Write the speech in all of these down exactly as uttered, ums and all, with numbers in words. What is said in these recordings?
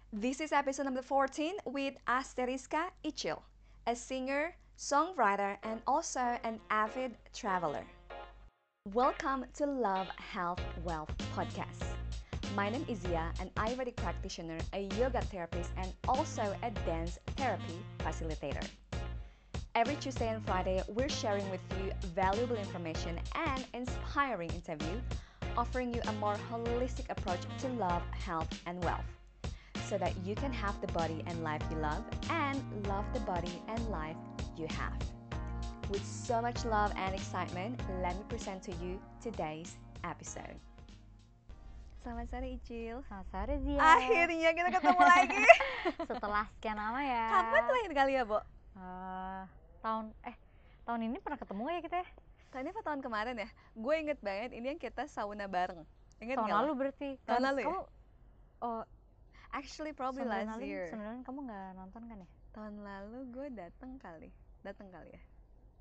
This is episode number fourteen with Asteriska Ichil, a singer, songwriter, and also an avid traveler. Welcome to Love, Health, Wealth podcast. My name is Zia, an Ayurvedic practitioner, a yoga therapist, and also a dance therapy facilitator. Every Tuesday and Friday, we're sharing with you valuable information and inspiring interview, offering you a more holistic approach to love, health, and wealth, so that you can have the body and life you love and love the body and life you have. With so much love and excitement, let me present to you today's episode. Selamat sore Icil. Selamat sore Zia. Akhirnya kita ketemu lagi. Setelah sekian lama ya. Kapan terakhir kali ya, Bo? Uh, tahun eh tahun ini pernah ketemu ya kita ya? Tahun ini apa tahun kemarin ya? Gue inget banget ini yang kita sauna bareng. Ingat tahun lalu berarti. Tahun lalu ya? Kamu, oh, actually probably last lalu, year. Sebenarnya kamu nggak nonton kan ya? Tahun lalu gue datang kali, datang kali ya.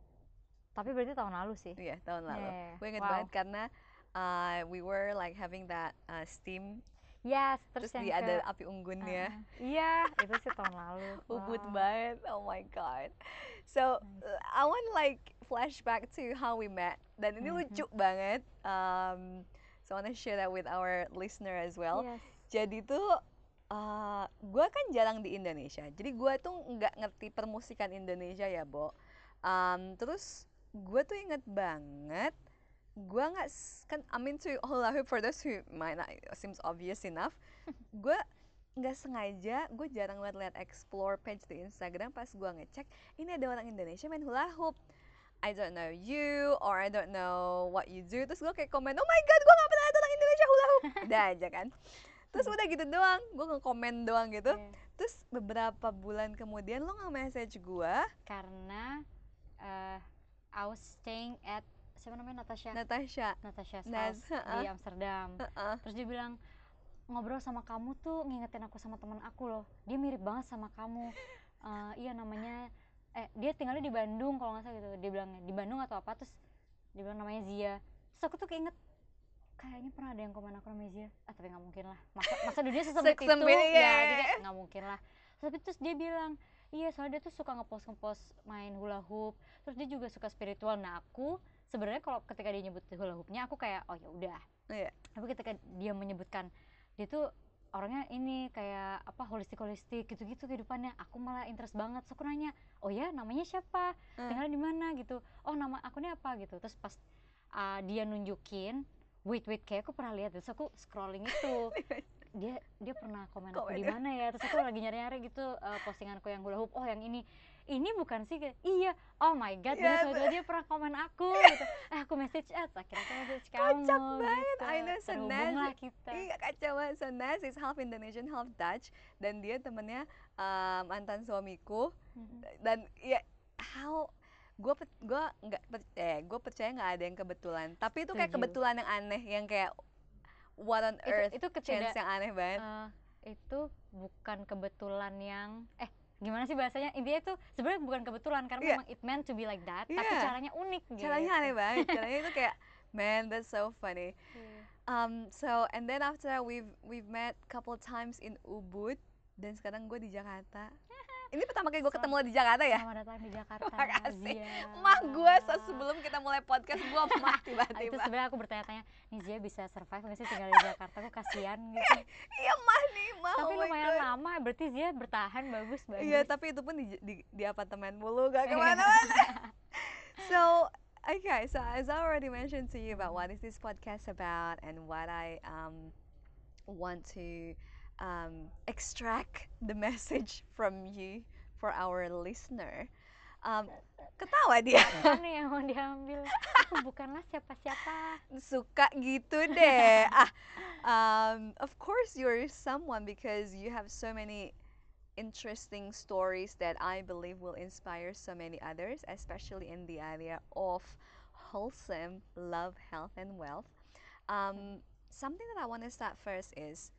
Tapi berarti tahun lalu sih. Iya, tahun lalu. Yeah. Gue inget Wow. banget karena uh, we were like having that uh, steam. Yes, Terus, terus, di yang ada ke- api unggunnya. uh, Iya, itu sih tahun lalu. Ubud Wow. banget. Oh my god. So Nice. uh, I want like flashback to how we met. Dan ini Mhm. lucu banget. Um, so I want to share that with our listener as well. Yes. Jadi tuh uh, gue kan jarang di Indonesia. Jadi gue tuh nggak ngerti permusikan Indonesia ya, Bo. Um, terus gue tuh inget banget. Gue nggak s- kan I'm into hula hoop, for those who might not seems obvious enough. Gue nggak sengaja, gue jarang liat-liat explore page di Instagram. Pas gue ngecek, ini ada orang Indonesia main hula hoop. I don't know you or I don't know what you do. Terus gue kayak komen, oh my god, gue nggak pernah liat orang Indonesia hula hoop. Udah aja kan. Terus udah gitu doang, gue nge-komen doang gitu. Yeah. Terus beberapa bulan kemudian lo nge-message gue, Karena uh, I was staying at siapa namanya Natasha. Natasha. Natasha's Naz, house uh-uh. di Amsterdam. Uh-uh. Terus dia bilang, ngobrol sama kamu tuh ngingetin aku sama teman aku loh. Dia mirip banget sama kamu. Eh, iya namanya, eh dia tinggalnya di Bandung kalau nggak salah gitu. Dia bilang di Bandung atau apa, terus dia bilang namanya Zia. Terus aku tuh keinget, kayaknya pernah ada yang komen aku namanya Zia. Ah tapi nggak mungkin lah. Masa, masa dunia sesempit itu? Sesempit, Ya, iya. jadi kayak nggak mungkin lah. Tapi terus dia bilang, iya soalnya dia tuh suka ngepost ngepost main hula hoop. Terus dia juga suka spiritual. Nah aku sebenarnya kalau ketika dia nyebut hula hoopnya aku kayak oh ya udah. Iya. Tapi ketika dia menyebutkan dia tuh orangnya ini kayak apa holistik holistik gitu-gitu kehidupannya, aku malah interest banget. So aku nanya, oh ya namanya siapa, Hmm. tinggal di mana gitu, oh nama akunnya apa gitu. Terus pas uh, dia nunjukin, wait wait kayak aku pernah lihat. Terus aku scrolling itu, dia dia pernah komen aku di Komennya. mana ya. Terus aku lagi nyari-nyari gitu uh, postinganku yang hula hoop, oh yang ini ini bukan sih, kayak, iya, oh my god, Iya, bener dia pernah komen aku gitu. Eh aku message ads, akhirnya aku message kamu Kocak banget. gitu. I know, so Terhubung Naz- lah kita. Iya kacau banget. So Naz is half Indonesian, half Dutch. Dan dia temennya uh, mantan suamiku. Mhm. Dan ya how gue gue nggak per- eh gue percaya nggak ada yang kebetulan. Tapi itu kayak Setuju. kebetulan yang aneh, yang kayak what on Itu- earth, itu chance ketidak- yang aneh banget. Eh, itu bukan kebetulan yang eh gimana sih bahasanya, intinya itu sebenarnya bukan kebetulan karena Iya. memang it meant to be like that, tapi Iya. caranya unik gitu. Caranya aneh banget. Caranya itu kayak man, that's so funny. Iya. Um, so and then after that we've we've met couple times in Ubud, dan sekarang gue di Jakarta. Ini pertama kali gue ketemu lo di Jakarta ya. Selamat datang di Jakarta. Makasih. Zia. Mah gue sebelum kita mulai podcast gue mah Ah, itu tiba-tiba. sebenarnya aku bertanya-tanya, nih Zia bisa survive nggak sih tinggal di Jakarta? Aku kasihan gitu. Iya mah nih mah. Tapi oh my lumayan God. lama, berarti Zia bertahan bagus bagus. Iya, tapi itu pun di, di, di apartemen mulu, gak kemana-mana. So, okay, so as I already mentioned to you about what is this podcast about and what I um, want to um, extract the message from you for our listener. Um, ketawa dia. Kan nih yang mau diambil. Aku bukanlah siapa-siapa. Suka gitu deh. Ah, um, of course you're someone because you have so many interesting stories that I believe will inspire so many others, especially in the area of wholesome love, health, and wealth. Um, something that I want to start first is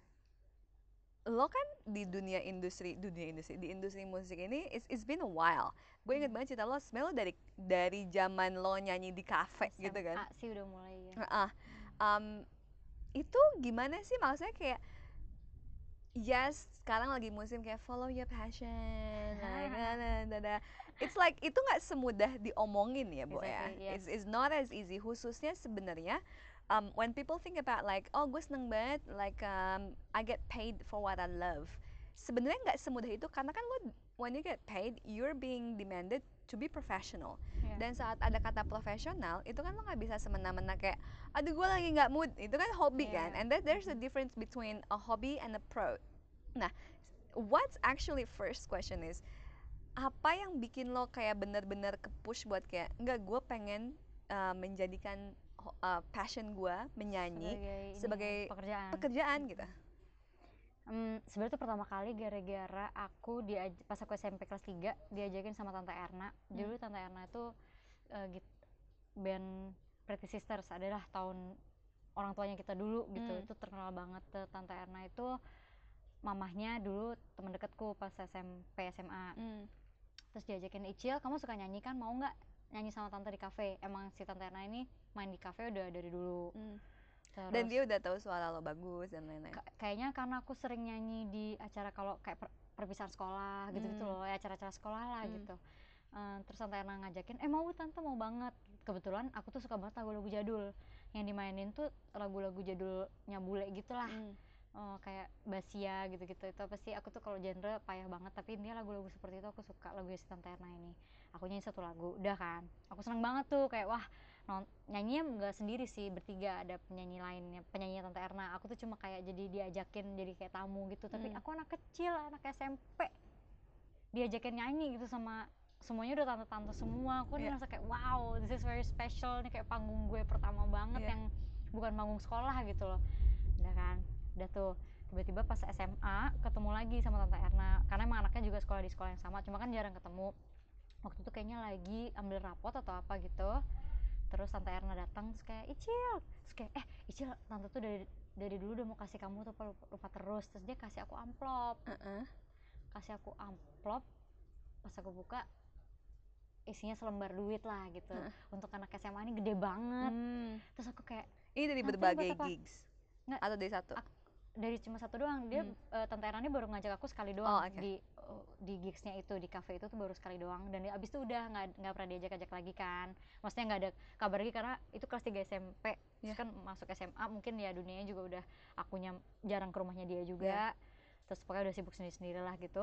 lo kan di dunia industri dunia industri di industri musik ini it's, it's been a while. Gue inget banget cerita lo sebenarnya lo dari dari zaman lo nyanyi di kafe gitu kan. S M A sih udah mulai ya. Ah, um, itu gimana sih, maksudnya kayak yes sekarang lagi musim kayak follow your passion, like, nah, nah, nah, nah. It's like itu nggak semudah diomongin ya, Bu ya. Exactly, yes. It's, it's not as easy. Khususnya sebenarnya, um, when people think about like, oh gue seneng banget, like um, I get paid for what I love. Sebenarnya nggak semudah itu karena kan lo when you get paid, you're being demanded to be professional. Yeah. Dan saat ada kata profesional, itu kan lo nggak bisa semena-mena kayak, aduh gue lagi nggak mood. Itu kan hobi Yeah. kan. And that there's a Mhm. difference between a hobby and a pro. Nah, what's actually first question is, apa yang bikin lo kayak bener-bener ke-push buat kayak, enggak, gue pengen uh, menjadikan uh, passion gue menyanyi Sebagai ini ya, sebagai pekerjaan. pekerjaan gitu. Hmm, sebenarnya tuh pertama kali gara-gara aku diaj pas aku S M P kelas tiga diajakin sama Tante Erna. Hmm. Dulu Tante Erna itu uh, git band Pretty Sisters adalah tahun orang tuanya kita dulu gitu. Hmm. Itu terkenal banget. Tante Erna itu mamahnya dulu teman dekatku pas S M P S M A. Hmm. Terus diajakin, Icil kamu suka nyanyi kan, mau nggak nyanyi sama tante di kafe? Emang si Tante Erna ini main di kafe udah dari dulu. Hmm. Terus, Dan dia udah tahu suara lo bagus dan lain-lain. Kayaknya karena aku sering nyanyi di acara kalau kayak per perpisahan sekolah gitu-gitu Hmm. loh, ya acara-acara sekolah lah Hmm. gitu. Uh, terus Tante Erna ngajakin, eh mau tante, mau banget. Kebetulan aku tuh suka banget lagu-lagu jadul. Yang dimainin tuh lagu-lagu jadulnya bule gitu lah. Hmm. Uh, kayak Basia gitu-gitu. Itu pasti aku tuh kalau genre payah banget, tapi dia lagu-lagu seperti itu aku suka, lagu si Tante Erna ini. Aku nyanyi satu lagu, udah kan. Aku seneng banget tuh, kayak wah, nyanyinya nggak sendiri sih, bertiga ada penyanyi lainnya, penyanyi Tante Erna. Aku tuh cuma kayak jadi diajakin jadi kayak tamu gitu. Tapi Hmm. aku anak kecil, anak S M P, diajakin nyanyi gitu sama semuanya udah tante-tante semua. Aku Yeah. ngerasa kayak wow, this is very special nih, kayak panggung gue pertama banget. Yeah. Yang bukan panggung sekolah gitu loh. Udah kan, udah tuh tiba-tiba pas S M A ketemu lagi sama Tante Erna, karena emang anaknya juga sekolah di sekolah yang sama, cuma kan jarang ketemu. Waktu itu kayaknya lagi ambil rapot atau apa gitu. Terus Tante Erna datang, terus kayak, Icil, terus kayak, eh Icil, tante tuh dari dari dulu udah mau kasih kamu tuh lupa, lupa terus. Terus dia kasih aku amplop, uh-uh. kasih aku amplop. Pas aku buka, isinya selembar duit lah gitu. uh. Untuk anak S M A ini gede banget. hmm. Terus aku kayak, ini dari berbagai gigs? Nggak, atau dari satu? Aku, dari cuma satu doang. Dia hmm. uh, Tante Erna ini baru ngajak aku sekali doang. Oh, okay. di uh, di gigsnya itu, di cafe itu tuh baru sekali doang. Dan abis itu udah nggak nggak pernah diajak-ajak lagi kan. Maksudnya nggak ada kabar lagi karena itu kelas tiga S M P. Yeah. Terus kan masuk S M A mungkin ya dunianya juga udah, akunya jarang ke rumahnya dia juga. Yeah. Terus pokoknya udah sibuk sendiri-sendiri lah gitu.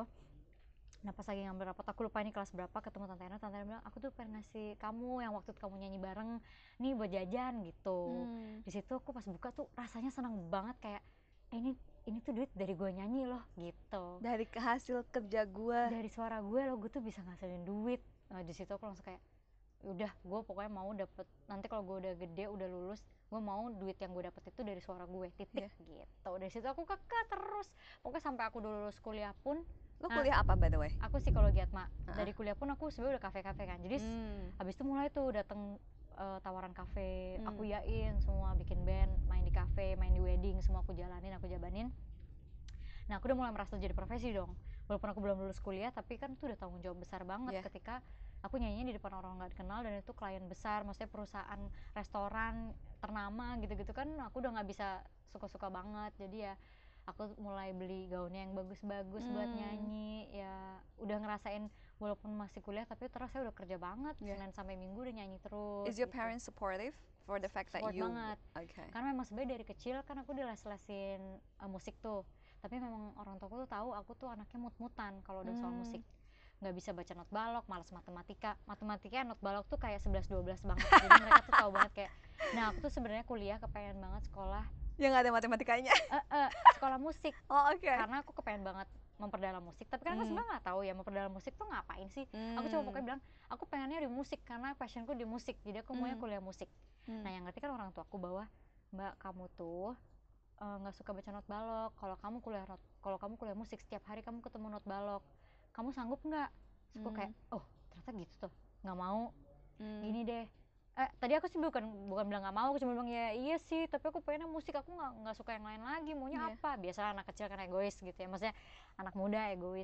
Nah pas lagi ngambil rapot, aku lupa ini kelas berapa, ketemu Tante Erna. Tante Erna bilang, aku tuh pengen ngasih kamu yang waktu itu kamu nyanyi bareng nih buat jajan gitu. hmm. Di situ aku pas buka tuh rasanya senang banget, kayak eh, ini ini tuh duit dari gue nyanyi loh gitu, dari hasil kerja gue, dari suara gue loh, gue tuh bisa ngasilin duit. Nah di situ aku langsung kayak udah, gue pokoknya mau dapet, nanti kalau gue udah gede udah lulus, gue mau duit yang gue dapet itu dari suara gue, titik. Yeah. Gitu. Dari situ aku kekeh terus pokoknya sampai aku udah lulus kuliah pun. Lo kuliah nah, apa by the way? Aku psikologi Atma. Uh-huh. Dari kuliah pun aku sebenarnya udah kafe-kafe kan. Jadi hmm. abis itu mulai tuh dateng uh, tawaran kafe, hmm. aku yain semua, bikin band, main di kafe, main di wedding, semua aku jalanin, aku jabanin. Nah aku udah mulai merasa jadi profesi dong. Walaupun aku belum lulus kuliah, tapi kan itu udah tanggung jawab besar banget. Yeah. Ketika aku nyanyinya di depan orang nggak dikenal dan itu klien besar, maksudnya perusahaan restoran ternama gitu-gitu kan, aku udah nggak bisa suka-suka banget. Jadi ya aku mulai beli gaunnya yang bagus-bagus hmm. buat nyanyi. Ya udah ngerasain walaupun masih kuliah, tapi terus saya udah kerja banget. Yeah. Senin sampai Minggu udah nyanyi terus. Is your gitu. Parents supportive for the fact Support that you? Banget. Okay. Karena memang sebenarnya dari kecil kan aku diles-lesin uh, musik tuh. Tapi memang orang tuaku tuh tahu aku tuh anaknya mut-mutan kalau udah hmm. soal musik. Nggak bisa baca not balok, malas matematika. Matematika not balok tuh kayak sebelas dua belas banget. Jadi mereka tuh tahu banget kayak, nah aku tuh sebenarnya kuliah kepengen banget sekolah yang nggak ada matematikanya. uh, uh, sekolah musik. Oh oke. Okay. Karena aku kepengen banget memperdalam musik. Tapi kan hmm. aku sebenarnya nggak tahu ya memperdalam musik tuh ngapain sih. Hmm. Aku cuma pokoknya bilang aku pengennya di musik karena passionku di musik. Jadi aku hmm. maunya kuliah musik. Hmm. Nah yang ngerti kan orang tuaku bahwa Mbak kamu tuh nggak uh, suka baca not balok. Kalau kamu kuliah not, kalau kamu kuliah musik setiap hari kamu ketemu not balok. Kamu sanggup nggak? Terus aku hmm. kayak oh ternyata gitu tuh. Nggak mau. Hmm. Gini deh. Eh, tadi aku sih bukan bukan bilang nggak mau, aku cuma bilang ya iya sih, tapi aku pengennya musik, aku nggak nggak suka yang lain lagi, maunya yeah. apa? Biasa anak kecil kan egois gitu ya, maksudnya anak muda egois.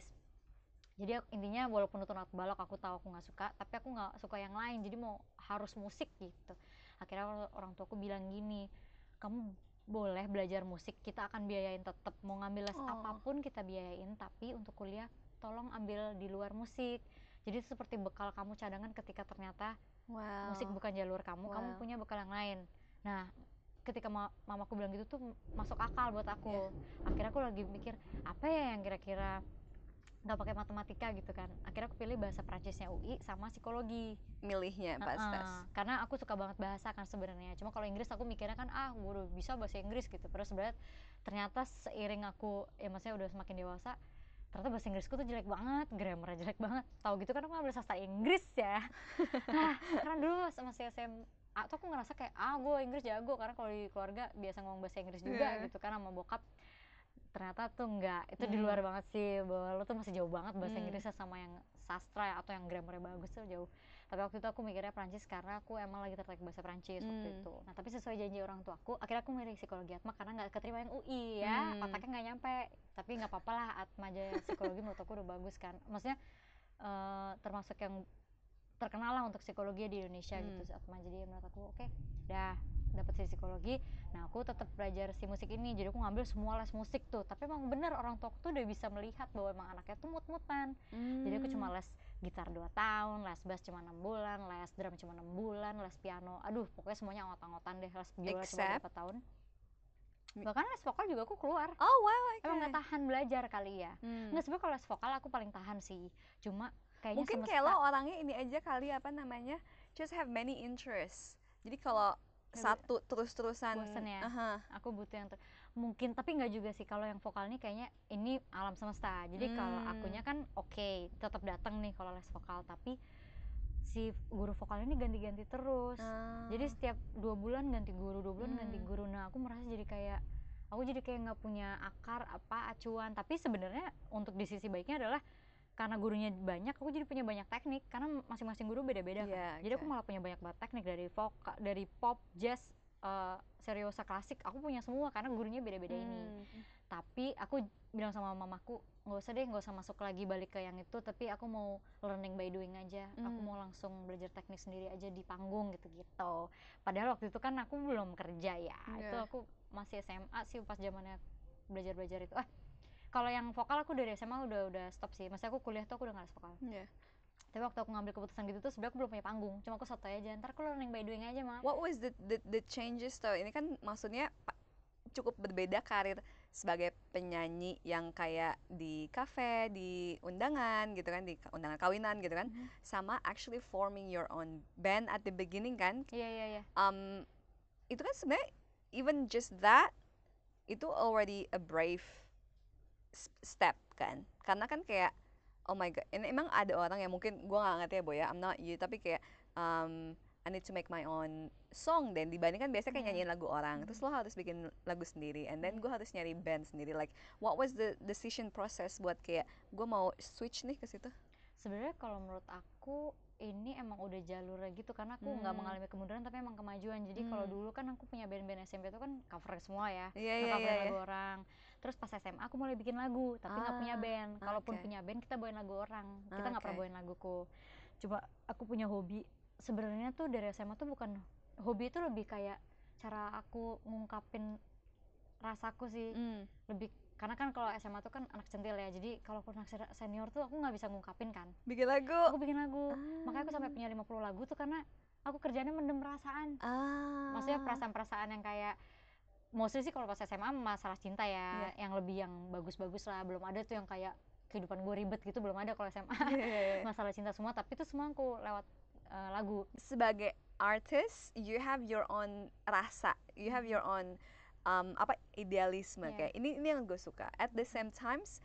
Jadi intinya walaupun itu not balok aku tahu aku nggak suka, tapi aku nggak suka yang lain, jadi mau harus musik gitu. Akhirnya orang tua aku bilang gini, kamu boleh belajar musik, kita akan biayain tetap, mau ngambil les Oh. apapun kita biayain, tapi untuk kuliah tolong ambil di luar musik. Jadi itu seperti bekal kamu cadangan ketika ternyata Wow. musik bukan jalur kamu, kamu Wow. punya bekal yang lain. Nah, ketika ma mamaku bilang gitu tuh masuk akal buat aku. Yeah. Akhirnya aku lagi mikir apa ya yang kira-kira nggak pakai matematika gitu kan. Akhirnya aku pilih bahasa Prancisnya U I sama psikologi. Milihnya pas Uh-uh. tes. Karena aku suka banget bahasa kan sebenarnya. Cuma kalau Inggris aku mikirnya kan ah gue udah bisa bahasa Inggris gitu. Terus sebenarnya ternyata seiring aku ya maksudnya udah semakin dewasa, ternyata bahasa Inggrisku tuh jelek banget, grammarnya jelek banget. Tahu gitu kan aku ngambil sastra Inggris ya. Nah, karena dulu masih S M A tuh aku ngerasa kayak ah gue Inggris jago karena kalau di keluarga biasa ngomong bahasa Inggris juga Yeah. gitu kan sama bokap. Ternyata tuh enggak, itu Hmm. di luar banget sih, bahwa lo tuh masih jauh banget bahasa Hmm. Inggrisnya sama yang sastra ya, atau yang grammarnya bagus tuh jauh. Tapi waktu itu aku mikirnya Prancis karena aku emang lagi tertarik bahasa Prancis waktu Hmm. itu. Nah tapi sesuai janji orang tua aku, akhirnya aku milih psikologi Atma karena nggak keterima yang U I ya, Hmm. otaknya nggak nyampe. Tapi nggak apa-apa lah, Atma aja psikologi menurut aku udah bagus kan. Maksudnya uh, termasuk yang terkenal lah untuk psikologi di Indonesia Hmm. gitu Atma. Jadi menurut aku oke, okay, dah dapat si psikologi. Nah aku tetap belajar si musik ini, jadi aku ngambil semua les musik tuh. Tapi emang bener orang tua aku tuh udah bisa melihat bahwa emang anaknya tuh mut-mutan. Hmm. Jadi aku cuma les gitar dua tahun, les bass cuma enam bulan, les drum cuma enam bulan, les piano, aduh pokoknya semuanya angot-angotan deh. Les biola cuma berapa tahun. Bahkan les vokal juga aku keluar. Oh wow, okay. Emang gak tahan belajar kali ya. Hmm. Nggak, sebenarnya kalau les vokal aku paling tahan sih. Cuma kayaknya mungkin semesta, kayak lo orangnya ini aja kali apa namanya, just have many interests. Jadi kalau satu terus-terusan bosen ya. Uh-huh. Aku butuh yang ter- mungkin, tapi nggak juga sih. Kalau yang vokal nih kayaknya ini alam semesta. Jadi Hmm. kalau akunya kan oke, okay, tetap datang nih kalau les vokal, tapi si guru vokal ini ganti-ganti terus. Uh. Jadi setiap dua bulan ganti guru, dua bulan Hmm. ganti guru. Nah aku merasa jadi kayak aku jadi kayak nggak punya akar apa acuan. Tapi sebenarnya untuk di sisi baiknya adalah karena gurunya banyak, aku jadi punya banyak teknik karena masing-masing guru beda-beda kan. Yeah, jadi okay. aku malah punya banyak banget teknik dari vokal, dari pop, jazz, uh, seriosa, klasik. Aku punya semua karena gurunya beda-beda hmm. ini. Tapi aku bilang sama mamaku, nggak usah deh, nggak usah masuk lagi balik ke yang itu. Tapi aku mau learning by doing aja. Hmm. Aku mau langsung belajar teknik sendiri aja di panggung gitu-gitu. Padahal waktu itu kan aku belum kerja ya. Yeah. Itu aku masih S M A sih pas zamannya belajar-belajar itu. Ah, kalau yang vokal aku dari S M A udah udah stop sih. Maksudnya aku kuliah tuh aku udah nggak les vokal. Yeah. Tapi waktu aku ngambil keputusan gitu tuh sebenarnya aku belum punya panggung. Cuma aku sotoy aja. Ntar aku learning by doing aja mah. What was the the, the changes though? Ini kan maksudnya cukup berbeda karir sebagai penyanyi yang kayak di kafe, di undangan gitu kan, di undangan kawinan gitu kan, mm-hmm. sama actually forming your own band at the beginning kan. Iya yeah, iya yeah, iya. Yeah. Um, itu kan sebenarnya even just that itu already a brave step kan, karena kan kayak oh my god, ini emang ada orang yang mungkin gue nggak ngerti ya Boy ya, I'm not you, tapi kayak um, I need to make my own song, dan dibandingkan biasanya kayak yeah. nyanyiin lagu orang, mm. terus lo harus bikin lagu sendiri, and then gue harus nyari band sendiri. Like what was the decision process buat kayak gue mau switch nih ke situ? Sebenarnya kalau menurut aku ini emang udah jalurnya gitu, karena aku nggak hmm. mengalami kemunduran tapi emang kemajuan. Jadi hmm. kalau dulu kan aku punya band-band S M P itu kan cover semua ya, yeah, yeah, cover yeah, lagu yeah. orang. Terus pas S M A aku mulai bikin lagu tapi nggak ah, punya band. Kalaupun okay. punya band kita bawain lagu orang, kita nggak okay. pernah bawain laguku. Coba aku punya hobi sebenarnya tuh dari S M A tuh bukan hobi, itu lebih kayak cara aku ngungkapin rasaku sih, mm. lebih karena kan kalau S M A tuh kan anak centil ya, jadi kalau anak senior tuh aku nggak bisa ngungkapin kan. Bikin lagu. Aku bikin lagu, ah. makanya aku sampai punya lima puluh lagu tuh karena aku kerjanya mendem perasaan. Ah. Maksudnya perasaan-perasaan yang kayak mostly sih kalau pas S M A masalah cinta ya, yeah. yang lebih yang bagus-bagus lah, belum ada tuh yang kayak kehidupan gue ribet gitu, belum ada kalau S M A. Yeah. Masalah cinta semua, tapi itu semua aku lewat uh, lagu. Sebagai artist, you have your own rasa, you have your own Um, apa idealisme, yeah. kayak ini ini yang gue suka. At the same times,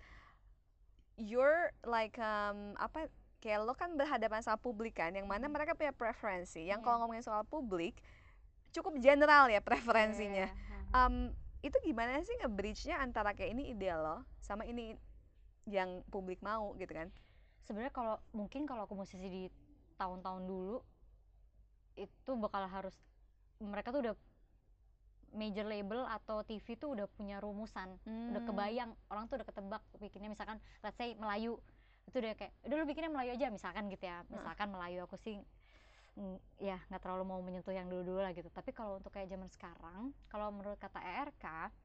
you're like um, apa kayak lo kan berhadapan sama publik kan, yang mana mm. mereka punya preferensi. Yang yeah. kalau ngomongin soal publik, cukup general ya preferensinya. Yeah, yeah. Uh-huh. Um, itu gimana sih nge-bridge-nya antara kayak ini ideal lo sama ini yang publik mau gitu kan? Sebenarnya kalau mungkin kalau aku musisi di tahun-tahun dulu itu bakal harus mereka tuh udah major label atau T V tuh udah punya rumusan, hmm. udah kebayang, orang tuh udah ketebak bikinnya, misalkan let's say Melayu, itu udah kayak udah lu bikinnya Melayu aja misalkan gitu ya, misalkan hmm. Melayu aku sih mm, ya nggak terlalu mau menyentuh yang dulu-dulu lah gitu. Tapi kalau untuk kayak zaman sekarang, kalau menurut kata E R K,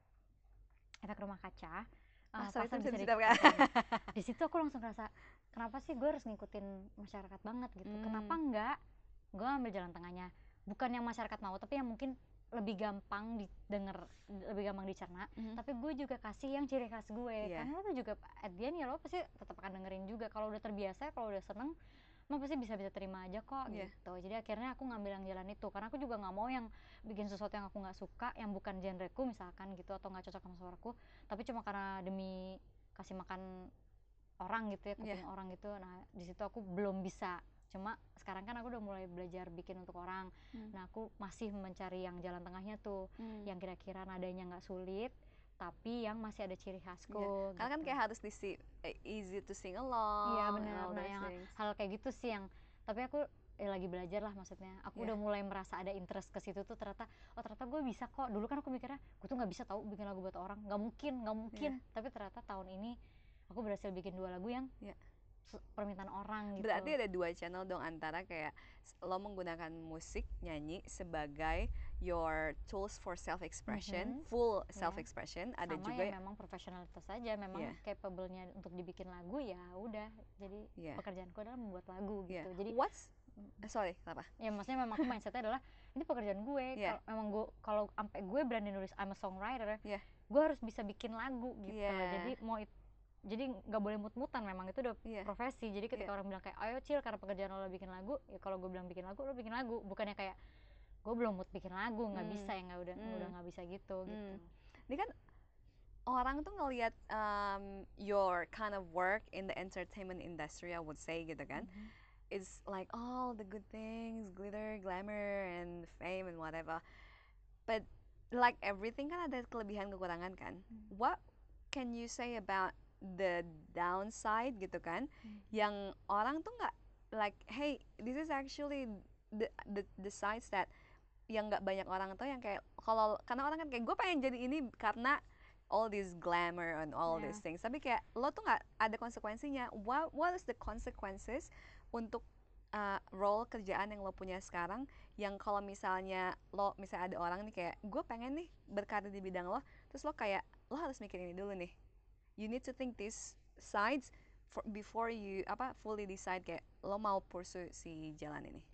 efek rumah kaca, Ah, uh, sorry, pasal itu bisa sensitif kan? dikurangi. Di situ aku langsung ngerasa, kenapa sih gue harus ngikutin masyarakat banget gitu? Hmm. Kenapa enggak gue ambil jalan tengahnya? Bukan yang masyarakat mau, tapi yang mungkin lebih gampang didengar, lebih gampang dicerna. Mhm. Tapi gue juga kasih yang ciri khas gue. Iya. Karena lo tuh juga at the end ya lo pasti tetap akan dengerin juga. Kalau udah terbiasa, kalau udah seneng, lo pasti bisa-bisa terima aja kok Iya. gitu. Jadi akhirnya aku ngambil yang jalan itu. Karena aku juga nggak mau yang bikin sesuatu yang aku nggak suka, yang bukan genreku misalkan gitu, atau nggak cocok sama suaraku. Tapi cuma karena demi kasih makan orang gitu ya, kuping Iya. orang gitu. Nah di situ aku belum bisa. Cuma sekarang kan aku udah mulai belajar bikin untuk orang. Hmm. Nah aku masih mencari yang jalan tengahnya tuh, Hmm. yang kira-kira nadanya nggak sulit, tapi yang masih ada ciri khasku. Iya. Karena kan gitu. kayak harus disi eh, easy to sing along. Iya and benar. all Nah those yang things. hal kayak gitu sih yang, tapi aku ya lagi belajar lah maksudnya. Aku Iya. udah mulai merasa ada interest ke situ tuh, ternyata oh ternyata gue bisa kok. Dulu kan aku mikirnya gue tuh nggak bisa tahu bikin lagu buat orang, nggak mungkin, nggak mungkin. Iya. Tapi ternyata tahun ini aku berhasil bikin dua lagu yang Iya. su- permintaan orang gitu. Berarti ada dua channel dong, antara kayak s- lo menggunakan musik nyanyi sebagai your tools for self expression, Mhm. full Iya. self expression. Ada Sama juga yang memang profesionalitas saja, memang Iya. capable-nya untuk dibikin lagu ya udah. Jadi Iya. pekerjaanku adalah membuat lagu Iya. gitu. Jadi What's mm, eh, sorry, kenapa? ya maksudnya memang aku mindsetnya adalah ini pekerjaan gue. Iya. Kalau memang gue, kalau sampai gue berani nulis I'm a songwriter, Iya. gue harus bisa bikin lagu gitu. Iya. Jadi mau it- jadi nggak boleh mut-mutan, memang itu udah Iya. profesi. Jadi ketika Iya. orang bilang kayak ayo Cil karena pekerjaan lo bikin lagu, ya kalau gue bilang bikin lagu lo bikin lagu, bukannya kayak gue belum mood bikin lagu, nggak Hmm. bisa ya, nggak udah Hmm. udah nggak bisa gitu Hmm. gitu. Ini kan orang tuh ngelihat um, your kind of work in the entertainment industry, I would say gitu kan. Mhm. It's like all the good things, glitter, glamour, and fame and whatever. But like everything kan ada kelebihan kekurangan kan. Hmm. What can you say about the downside gitu kan? Hmm. Yang orang tuh nggak like, hey, this is actually the the the sides that yang nggak banyak orang tahu, yang kayak kalau karena orang kan kayak gue pengen jadi ini karena all this glamour and all Yeah. these things, tapi kayak lo tuh nggak ada konsekuensinya. What what is the consequences untuk uh, role kerjaan yang lo punya sekarang, yang kalau misalnya lo misalnya ada orang nih kayak gue pengen nih berkarir di bidang lo, terus lo kayak lo harus mikir ini dulu nih, you need to think these sides for, before you apa fully decide kayak lo mau pursue si jalan ini.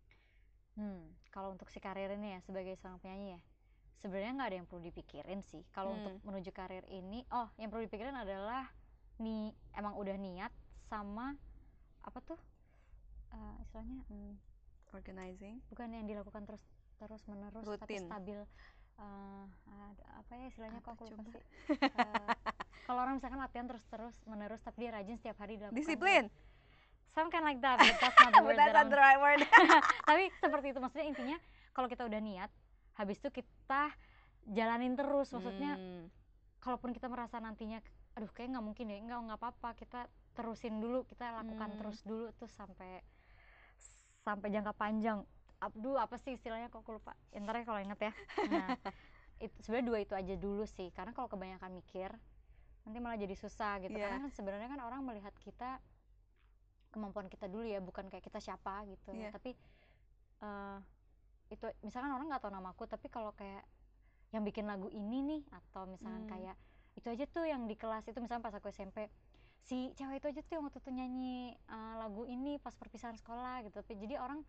Hmm, kalau untuk si karir ini ya sebagai seorang penyanyi ya, sebenarnya nggak ada yang perlu dipikirin sih. Kalau Hmm. untuk menuju karir ini, oh yang perlu dipikirin adalah nih emang udah niat sama apa tuh eh, istilahnya, hmm, Organizing. bukan yang dilakukan terus terus menerus tapi Rutin. stabil. Eh, ada apa ya istilahnya, Apa kok aku lupa coba? sih. Eh, kalau orang misalkan latihan terus terus menerus tapi dia rajin setiap hari dilakukan. Disiplin. Something like that, but that's not the But word that's that not I'm the right word. tapi seperti itu, maksudnya intinya kalau kita udah niat, habis itu kita jalanin terus. Maksudnya Hmm. kalaupun kita merasa nantinya aduh kayak nggak mungkin deh, nggak nggak apa-apa, kita terusin dulu, kita lakukan Hmm. terus dulu tuh sampai sampai jangka panjang. Abdu apa sih istilahnya, kok aku lupa, ntar ya kalau inget ya. Nah itu sebenarnya dua itu aja dulu sih, karena kalau kebanyakan mikir nanti malah jadi susah gitu. Iya. Karena kan sebenarnya kan orang melihat kita kemampuan kita dulu ya, bukan kayak kita siapa gitu. Iya. Tapi eh, itu misalkan orang nggak tahu namaku, tapi kalau kayak yang bikin lagu ini nih, atau misalkan Hmm. kayak itu aja tuh yang di kelas itu, misalkan pas aku S M P si cewek itu aja tuh yang waktu itu nyanyi eh, lagu ini pas perpisahan sekolah gitu. Tapi jadi orang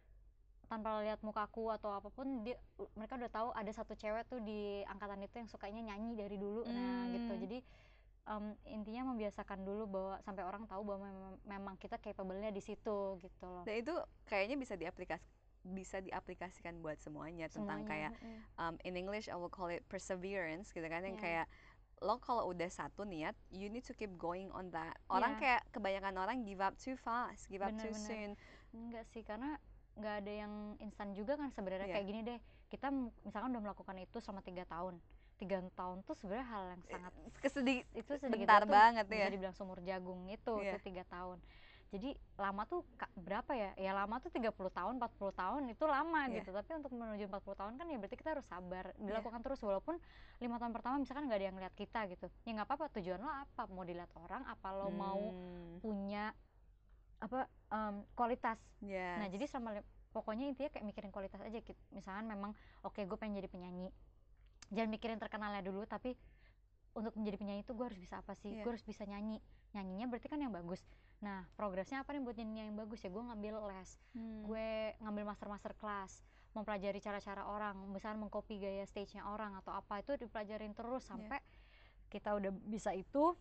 tanpa lihat mukaku atau apapun, dia mereka udah tahu ada satu cewek tuh di angkatan itu yang sukanya nyanyi dari dulu. Nah gitu, Hmm. jadi em, intinya membiasakan dulu bahwa sampai orang tahu bahwa memang, memang kita capable-nya di situ gitu loh. Dan itu kayaknya bisa diaplikasi bisa diaplikasikan buat semuanya, tentang Semuanya, kayak mm-mm. um, in English I will call it perseverance gitu kan, yang Iya. kayak lo kalau udah satu niat, you need to keep going on that. Orang Iya. kayak kebanyakan orang give up too fast, give up too Bener-bener. soon. Enggak sih, karena nggak ada yang instan juga kan sebenarnya. Iya. Kayak gini deh, kita m- misalkan udah melakukan itu selama tiga tahun, tiga tahun tuh sebenarnya hal yang sangat Kesedih, itu sedikit bentar banget tuh, banget bisa ya. dibilang sumur jagung itu Iya. tuh tiga tahun. Jadi lama tuh ka- berapa ya? Ya lama tuh tiga puluh tahun, empat puluh tahun itu lama Iya. gitu. Tapi untuk menuju empat puluh tahun kan ya berarti kita harus sabar, dilakukan terus. Walaupun lima tahun pertama misalkan nggak ada yang lihat kita gitu, ya nggak apa-apa. Tujuan lo apa? Mau dilihat orang? Apa lo mau Hmm. punya apa em, kualitas? Yes. Nah jadi selama li- pokoknya intinya kayak mikirin kualitas aja gitu. Misalkan memang oke okay, gue pengen jadi penyanyi, jangan mikirin terkenalnya dulu, tapi untuk menjadi penyanyi itu gue harus bisa apa sih? Yeah. Gue harus bisa nyanyi. Nyanyinya berarti kan yang bagus. Nah, progresnya apa nih buat nyanyi yang bagus ya? Gue ngambil les, hmm. gue ngambil master-master kelas, mempelajari cara-cara orang, misalnya mengcopy gaya stage-nya orang atau apa, itu dipelajarin terus sampai yeah. kita udah bisa itu,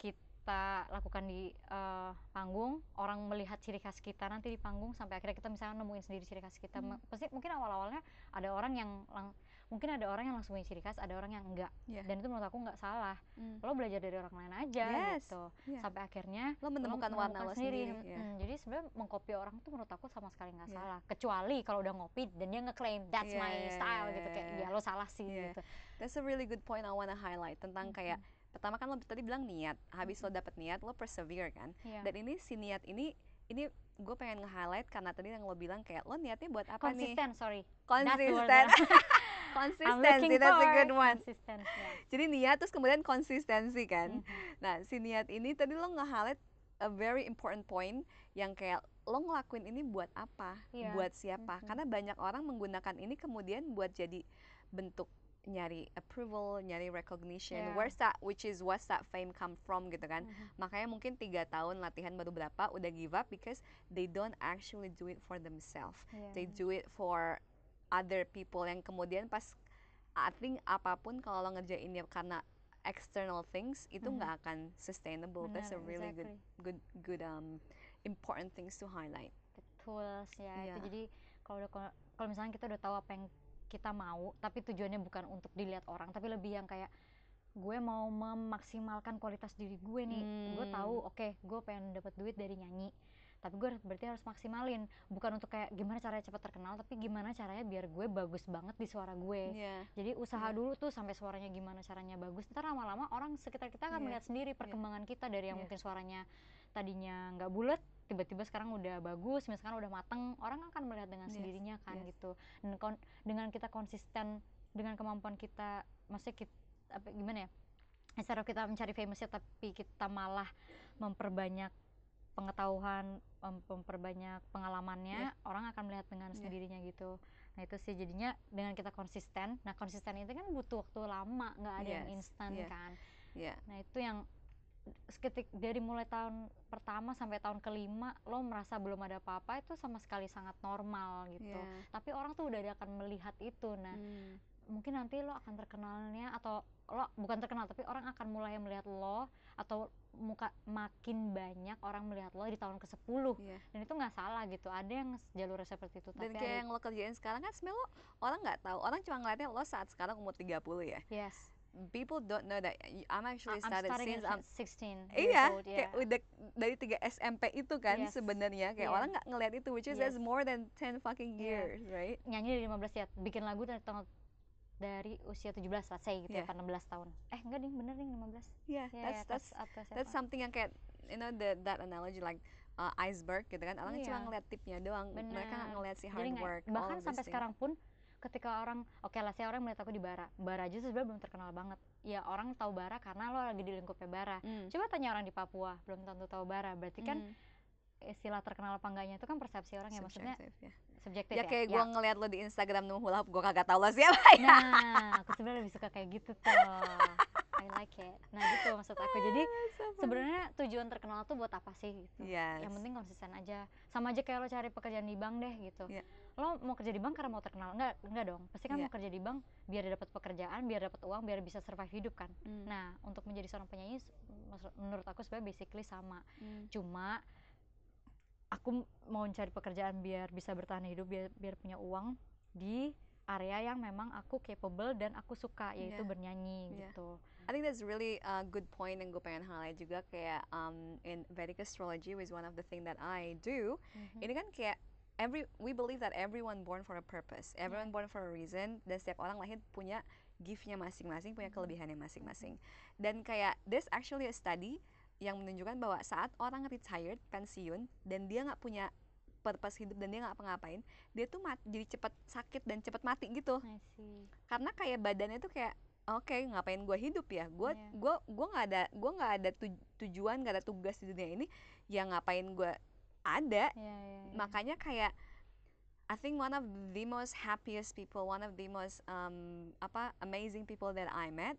kita lakukan di uh, panggung, orang melihat ciri khas kita nanti di panggung sampai akhirnya kita misalnya nemuin sendiri ciri khas kita. Hmm. Pasti mungkin awal-awalnya ada orang yang lang- mungkin ada orang yang langsung punya ciri khas, ada orang yang enggak, yeah. dan itu menurut aku nggak salah. Mm. Lo belajar dari orang lain aja, yes. gitu, yeah. sampai akhirnya lo menemukan, lo menemukan warna lo sendiri. sendiri. Yeah. Hmm, jadi sebenarnya mengkopi orang tuh menurut aku sama sekali nggak yeah. salah, kecuali kalau udah ngopi dan dia ngeklaim that's yeah, my yeah, style yeah, gitu, kayak yeah. ya lo salah sih, yeah. gitu. That's a really good point I wanna highlight tentang mm-hmm. kayak pertama kan lo tadi bilang niat, habis mm-hmm. lo dapet niat lo persevere kan, yeah. dan ini si niat ini ini gue pengen nge-highlight karena tadi yang lo bilang kayak lo niatnya buat apa konsisten, nih? Sorry. Konsisten. Konsistensi, that's a good one. Yeah. Jadi niat terus kemudian konsistensi kan. Mm-hmm. Nah si niat ini tadi lo nge-highlight a very important point yang kayak lo ngelakuin ini buat apa, yeah. buat siapa? Mm-hmm. Karena banyak orang menggunakan ini kemudian buat jadi bentuk nyari approval, nyari recognition, yeah. where's that, which is what's that fame come from gitu kan. Mm-hmm. Makanya mungkin tiga tahun latihan baru berapa udah give up because they don't actually do it for themselves. Yeah. They do it for other people yang kemudian pas I think apapun kalau lo ngerjainnya karena external things itu nggak mm-hmm. akan sustainable. Benar, that's a really exactly. good good good um important things to highlight. Betul ya, yeah. itu jadi kalau kalau misalnya kita udah tahu apa yang kita mau, tapi tujuannya bukan untuk dilihat orang, tapi lebih yang kayak gue mau memaksimalkan kualitas diri gue nih. Hmm. Gue tahu, oke, okay, gue pengen dapat duit dari nyanyi, tapi gue berarti harus maksimalin, bukan untuk kayak gimana caranya cepat terkenal, tapi gimana caranya biar gue bagus banget di suara gue. Yeah. Jadi usaha yeah. dulu tuh sampai suaranya gimana caranya bagus. Ntar lama-lama orang sekitar kita akan yeah. melihat sendiri perkembangan yeah. kita dari yang yeah. mungkin suaranya tadinya nggak bulat, tiba-tiba sekarang udah bagus, misalkan udah mateng, orang akan melihat dengan yes. sendirinya kan yes. gitu. Dan kon- dengan kita konsisten dengan kemampuan kita, maksudnya kita, apa gimana ya? Instead of kita mencari famousnya, tapi kita malah memperbanyak pengetahuan, memperbanyak pengalamannya, yeah. orang akan melihat dengan yeah. sendirinya gitu. Nah itu sih jadinya dengan kita konsisten. Nah konsisten itu kan butuh waktu lama, nggak ada yes. yang instan yeah. kan. Yeah. Nah itu yang seketik dari mulai tahun pertama sampai tahun kelima lo merasa belum ada apa-apa, itu sama sekali sangat normal gitu. Yeah. Tapi orang tuh udah akan melihat itu. Nah hmm. mungkin nanti lo akan terkenalnya, atau lo bukan terkenal tapi orang akan mulai melihat lo, atau muka makin banyak orang melihat lo di tahun ke sepuluh. Yeah. Dan itu nggak salah gitu, ada yang jalurnya seperti itu. Dan tapi kayak ada... yang lo kerjain sekarang kan sebenarnya lo orang nggak tahu, orang cuma ngeliatnya lo saat sekarang umur tiga puluh ya. Yes. People don't know that I'm actually started I'm since I'm sixteen. Iya, old, yeah. kayak udah dari tiga S M P itu kan yes. sebenarnya kayak yeah. orang nggak ngeliat itu, which is yes. that's more than ten fucking years, yeah. right? Nyanyi dari lima belas ya, bikin lagu dari tahun dari usia tujuh belas lah, saya gitu yeah. ya, enam belas tahun. Eh enggak ding, bener nih lima belas. Yeah, yeah that's yeah, that's that's something yang kayak you know the that analogy like uh, iceberg gitu kan, orang yeah. cuma ngeliat tipnya doang, bener. Mereka nggak ngeliat si hard jadi work. Bahkan sampai sekarang pun ketika orang, oke okay lah saya orang melihat aku di Bara, Bara aja sebenarnya belum terkenal banget. Ya orang tahu Bara karena lo lagi di lingkupnya Bara. Mm. Coba tanya orang di Papua, belum tentu tahu Bara. Berarti kan mm. istilah terkenal apa enggaknya itu kan persepsi orang ya, maksudnya ya. Subjektif ya. Ya kayak ya. gue ngeliat lo di Instagram nemu hula hoop, gue kagak tahu lo siapa ya. Nah, aku sebenarnya lebih suka kayak gitu tuh. I like it. Nah gitu maksud aku. Jadi sebenarnya tujuan terkenal tuh buat apa sih gitu. Yes. Yang penting konsisten aja. Sama aja kayak lo cari pekerjaan di bank deh gitu. Yeah. Lo mau kerja di bank karena mau terkenal? Enggak, enggak dong. Pasti kan yeah. mau kerja di bank biar dapat pekerjaan, biar dapat uang, biar bisa survive hidup kan. Mm. Nah, untuk menjadi seorang penyanyi menurut aku sebenarnya basically sama. Mm. Cuma aku mau cari pekerjaan biar bisa bertahan hidup, biar biar punya uang di area yang memang aku capable dan aku suka, yaitu yeah. bernyanyi yeah. gitu. I think that's really a good point yang gue pengen highlight juga, kayak um, in Vedic astrology was one of the thing that I do. Mm-hmm. Ini kan kayak every we believe that everyone born for a purpose, everyone yeah. born for a reason, dan setiap orang lahir punya gift-nya masing-masing, punya kelebihannya masing-masing. Dan kayak there's actually a study yang menunjukkan bahwa saat orang retired, pensiun, dan dia nggak punya purpose hidup dan dia nggak apa-ngapain, dia tuh mat, jadi cepat sakit dan cepat mati gitu. Karena kayak badannya tuh kayak oke okay, ngapain gue hidup ya, gue yeah. gue gue nggak ada gue nggak ada tuj, tujuan, nggak ada tugas di dunia ini, ya ngapain gue ada. Yeah, yeah, yeah. Makanya kayak I think one of the most happiest people, one of the most um, apa amazing people that I met,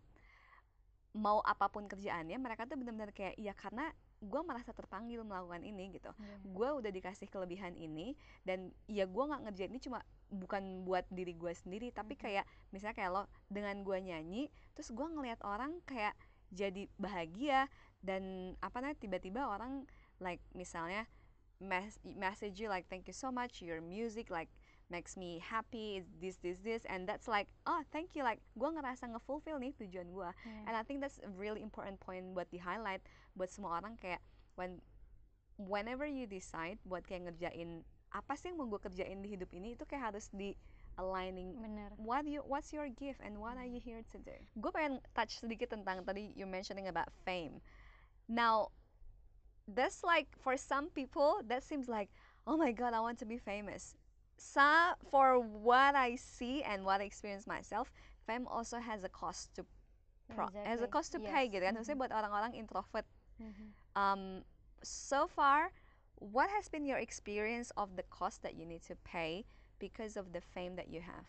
mau apapun kerjaannya mereka tuh benar-benar kayak iya karena gue merasa terpanggil melakukan ini gitu. Yeah. Gue udah dikasih kelebihan ini dan ya gue nggak ngerjain ini cuma bukan buat diri gue sendiri, tapi Mhm. kayak misalnya kayak lo dengan gue nyanyi terus gue ngelihat orang kayak jadi bahagia dan apa namanya tiba-tiba orang like misalnya mes- message you like thank you so much, your music like makes me happy, it's this this this and that's like oh thank you, like gue ngerasa ngefulfill nih tujuan gue. Yeah. And I think that's a really important point buat di highlight buat semua orang kayak when whenever you decide buat kayak ngerjain apa sih yang mau gue kerjain di hidup ini, itu kayak harus di aligning Bener. what you what's your gift and what are you here to do. Gue pengen touch sedikit tentang tadi you mentioning about fame. Now that's like for some people that seems like oh my god I want to be famous. Some for what I see and what I experience myself, fame also has a cost to pro, has a Exactly. cost to Yes. pay gitu kan. Mhm. Maksudnya buat orang-orang introvert. Mhm. Um, so far, what has been your experience of the cost that you need to pay because of the fame that you have?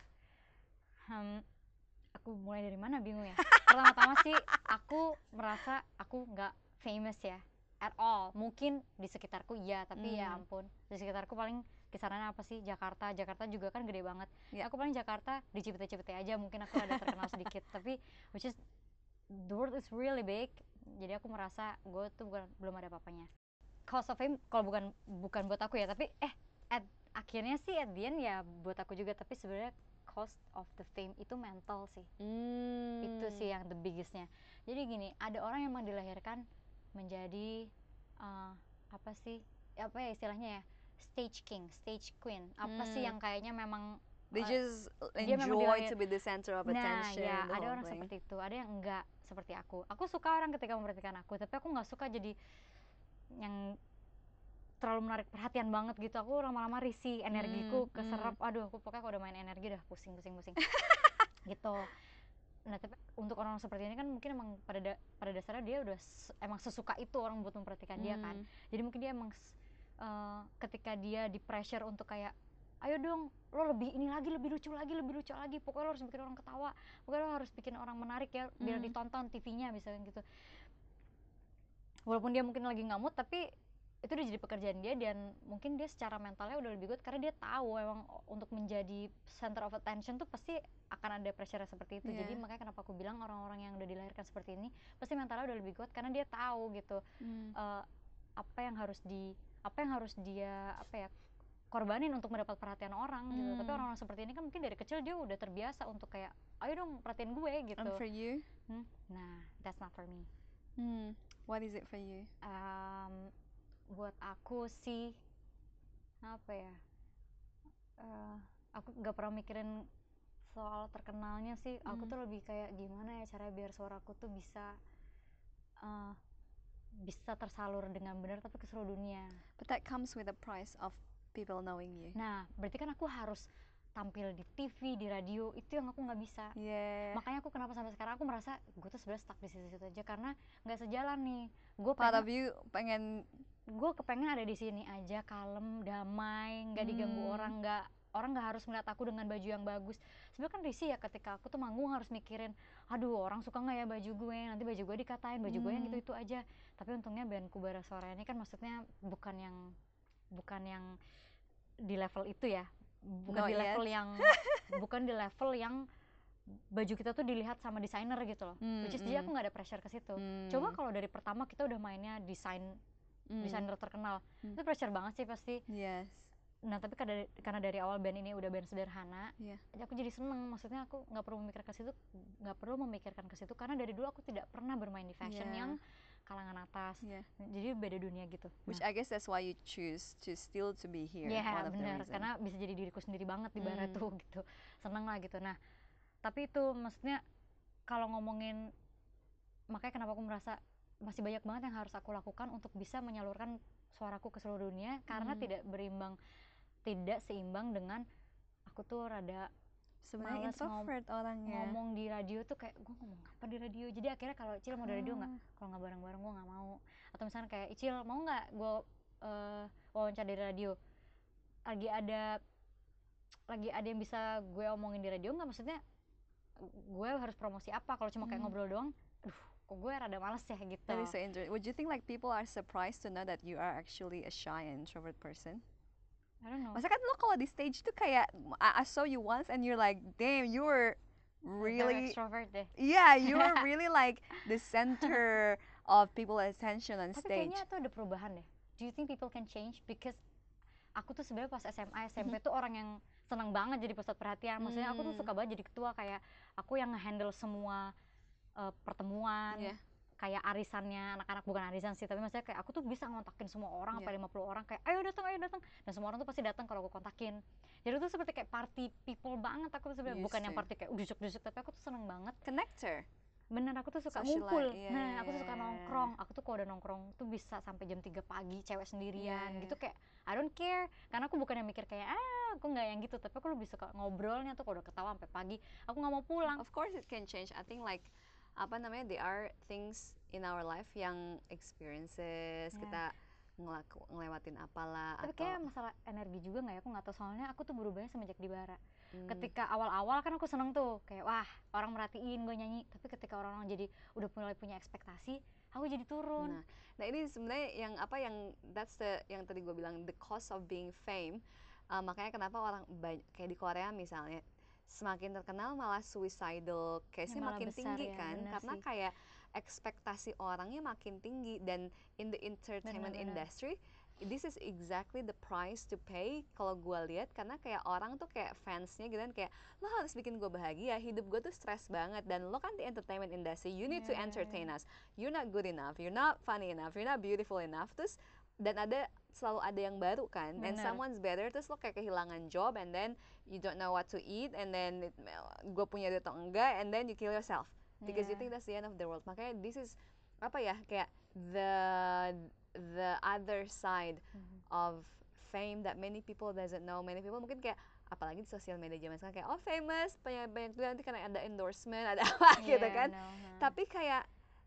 Hmm, aku mulai dari mana bingung ya. Pertama-tama sih aku merasa aku nggak famous ya at all. Mungkin di sekitarku iya, tapi ya Hmm. ampun, di sekitarku paling kisarannya apa sih, Jakarta. Jakarta juga kan gede banget. Yeah. Aku paling Jakarta di Cipete-Cipete aja, mungkin aku ada terkenal sedikit. Tapi which is the world is really big. Jadi aku merasa gue tuh bukan, belum ada apa-apanya. Cost of fame kalau bukan bukan buat aku ya, tapi eh at, akhirnya sih at the end ya buat aku juga, tapi sebenarnya cost of the fame itu mental sih. Hmm. Itu sih yang the biggestnya. Jadi gini, ada orang yang memang dilahirkan menjadi uh, apa sih apa ya istilahnya ya, stage king, stage queen, apa sih Hmm. yang kayaknya memang They uh, just dia memang enjoy dilahir- to be the center of nah attention. ya the ada whole orang thing. seperti itu, ada yang enggak seperti aku. Aku suka orang ketika memperhatikan aku, tapi aku nggak suka jadi yang terlalu menarik perhatian banget gitu. Aku lama-lama risih, energiku Hmm, keserap. Aduh, aku pokoknya kalau udah main energi udah pusing pusing pusing gitu. Nah tapi untuk orang seperti ini kan mungkin emang pada da- pada dasarnya dia udah s- emang sesuka itu orang buat memperhatikan dia kan. Hmm. Jadi mungkin dia emang s- uh, ketika dia di pressure untuk kayak ayo dong lo lebih ini lagi, lebih lucu lagi, lebih lucu lagi, pokoknya lo harus bikin orang ketawa, pokoknya lo harus bikin orang menarik ya biar Hmm. ditonton T V-nya misalnya gitu. Walaupun dia mungkin lagi nggak mood, tapi itu udah jadi pekerjaan dia dan mungkin dia secara mentalnya udah lebih good karena dia tahu emang untuk menjadi center of attention tuh pasti akan ada pressure seperti itu. Yeah. Jadi makanya kenapa aku bilang orang-orang yang udah dilahirkan seperti ini pasti mentalnya udah lebih kuat karena dia tahu gitu Hmm. uh, apa yang harus di apa yang harus dia apa ya korbanin untuk mendapat perhatian orang gitu. Hmm. Tapi orang-orang seperti ini kan mungkin dari kecil dia udah terbiasa untuk kayak ayo dong perhatiin gue gitu. And for you? Hmm? Nah, that's not for me. Hmm. What is it for you? Um, buat aku sih apa ya, uh, aku nggak pernah mikirin soal terkenalnya sih. Aku Hmm. tuh lebih kayak gimana ya cara biar suaraku tuh bisa uh, bisa tersalur dengan benar tapi ke seluruh dunia. But that comes with the price of people knowing you. Nah berarti kan aku harus tampil di T V, di radio, itu yang aku nggak bisa. Yeah. Makanya aku kenapa sampai sekarang aku merasa gue tuh sebenarnya stuck di situ-situ aja karena nggak sejalan nih. Gue Part pengen of you pengen gue kepengen ada di sini aja, kalem, damai, nggak diganggu Hmm. orang, nggak orang nggak harus melihat aku dengan baju yang bagus. Sebenarnya kan risih ya ketika aku tuh manggung harus mikirin, aduh orang suka nggak ya baju gue, nanti baju gue dikatain, baju gue yang Hmm. itu itu aja. Tapi untungnya bandku Bara Suara ini kan maksudnya bukan yang bukan yang di level itu ya, bukan Not di level yet. yang bukan di level yang baju kita tuh dilihat sama desainer gitu loh. Hmm, Which is hmm. jadi aku nggak ada pressure ke situ. Hmm. Coba kalau dari pertama kita udah mainnya desain Hmm. desainer terkenal, Hmm. itu pressure banget sih pasti. Yes. Nah tapi karena, karena dari awal band ini udah band sederhana, Yeah. aku jadi seneng. Maksudnya aku nggak perlu memikirkan ke situ, nggak perlu memikirkan ke situ karena dari dulu aku tidak pernah bermain di fashion Yeah. yang kalangan atas. Yeah. Jadi beda dunia gitu. Which Nah, I guess that's why you choose to still to be here. ya One of the benar, reason. karena bisa jadi diriku sendiri banget di Bara Hmm. tuh gitu, seneng lah gitu. Nah tapi itu maksudnya kalau ngomongin, makanya kenapa aku merasa masih banyak banget yang harus aku lakukan untuk bisa menyalurkan suaraku ke seluruh dunia karena Hmm. tidak berimbang, tidak seimbang dengan aku tuh rada Sebenarnya males ngom- introvert orangnya. ngomong di radio tuh kayak gue ngomong apa di radio. Jadi akhirnya kalau Icil mau di radio nggak, Oh. kalau nggak bareng-bareng gue nggak mau. Atau misalnya kayak Icil mau nggak gue uh, wawancara di radio, lagi ada lagi ada yang bisa gue omongin di radio nggak, maksudnya gue harus promosi apa kalau cuma kayak Mhm. ngobrol doang, aduh kok gue rada males ya gitu. That is so interesting. Would you think like people are surprised to know that you are actually a shy and introvert person? I don't know. Masa kan lo kalau di stage tuh kayak I, I saw you once and you're like, damn, you were Very really, extrovert deh. yeah, you were really like the center of people's attention on Tapi stage. kayaknya tuh ada perubahan deh. Do you think people can change? Because aku tuh sebenarnya pas S M A, S M P Mhm. tuh orang yang senang banget jadi pusat perhatian. Maksudnya aku tuh Mm. suka banget jadi ketua, kayak aku yang nge-handle semua uh, pertemuan. Yeah. Kayak arisannya anak-anak, bukan arisan sih, tapi maksudnya kayak aku tuh bisa ngontakin semua orang, Yeah. sampai lima puluh orang, kayak ayo datang, ayo datang, dan semua orang tuh pasti datang kalau aku kontakin. Jadi itu seperti kayak party people banget aku tuh sebenarnya, Used bukan yang to. party kayak dusuk-dusuk, tapi aku tuh seneng banget. Connector. Bener, aku tuh suka Sociali- ngumpul. iya, Nah, iya, aku tuh iya, suka iya. nongkrong. Aku tuh kalau udah nongkrong tuh bisa sampai jam tiga pagi, cewek sendirian Iya, iya. gitu, kayak I don't care. Karena aku bukan yang mikir kayak ah, aku nggak yang gitu, tapi aku lebih suka ngobrolnya tuh kalau udah ketawa sampai pagi. Aku nggak mau pulang. Of course it can change. I think like apa namanya, there are things in our life yang experiences Yeah. kita ngelaku, ngelewatin apalah Tapi atau kayak masalah energi juga nggak ya, aku nggak tahu, soalnya aku tuh berubahnya semenjak di Bara. Hmm. Ketika awal-awal kan aku seneng tuh kayak wah orang merhatiin gue nyanyi, tapi ketika orang-orang jadi udah mulai punya ekspektasi, aku jadi turun. Nah, nah ini sebenarnya yang apa yang that's the yang tadi gue bilang the cost of being fame. Uh, makanya kenapa orang banyak, kayak di Korea misalnya, semakin terkenal malah suicidal case-nya Ya, malah makin besar tinggi ya, kan, bener karena sih. kayak ekspektasi orangnya makin tinggi. Dan in the entertainment Bener-bener. industry this is exactly the price to pay kalau gue lihat, karena kayak orang tuh kayak fansnya gitu kan, kayak lo harus bikin gue bahagia, hidup gue tuh stress banget, dan lo kan di entertainment industry, you need to Yeah, yeah, entertain yeah. us, you're not good enough, you're not funny enough, you're not beautiful enough. Terus dan ada selalu ada yang baru kan, and Bener. someone's better, terus lo kayak kehilangan job, and then you don't know what to eat, and then gue punya duit atau enggak, and then you kill yourself because you Yeah. think that's the end of the world. Makanya this is apa ya, kayak the the other side Mhm. of fame that many people doesn't know. Many people mungkin kayak apalagi di sosial media zaman sekarang kayak oh famous, banyak banyak duit, nanti karena ada endorsement, ada apa gitu Yeah, kan. no, no. Tapi kayak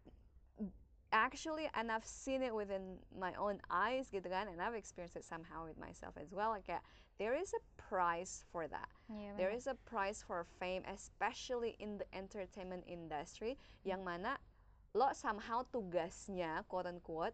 actually, and I've seen it within my own eyes gitu kan, and I've experienced it somehow with myself as well. Like kayak there is a price for that. Yeah, There bener. is a price for fame, especially in the entertainment industry, yang mana lo somehow tugasnya quote unquote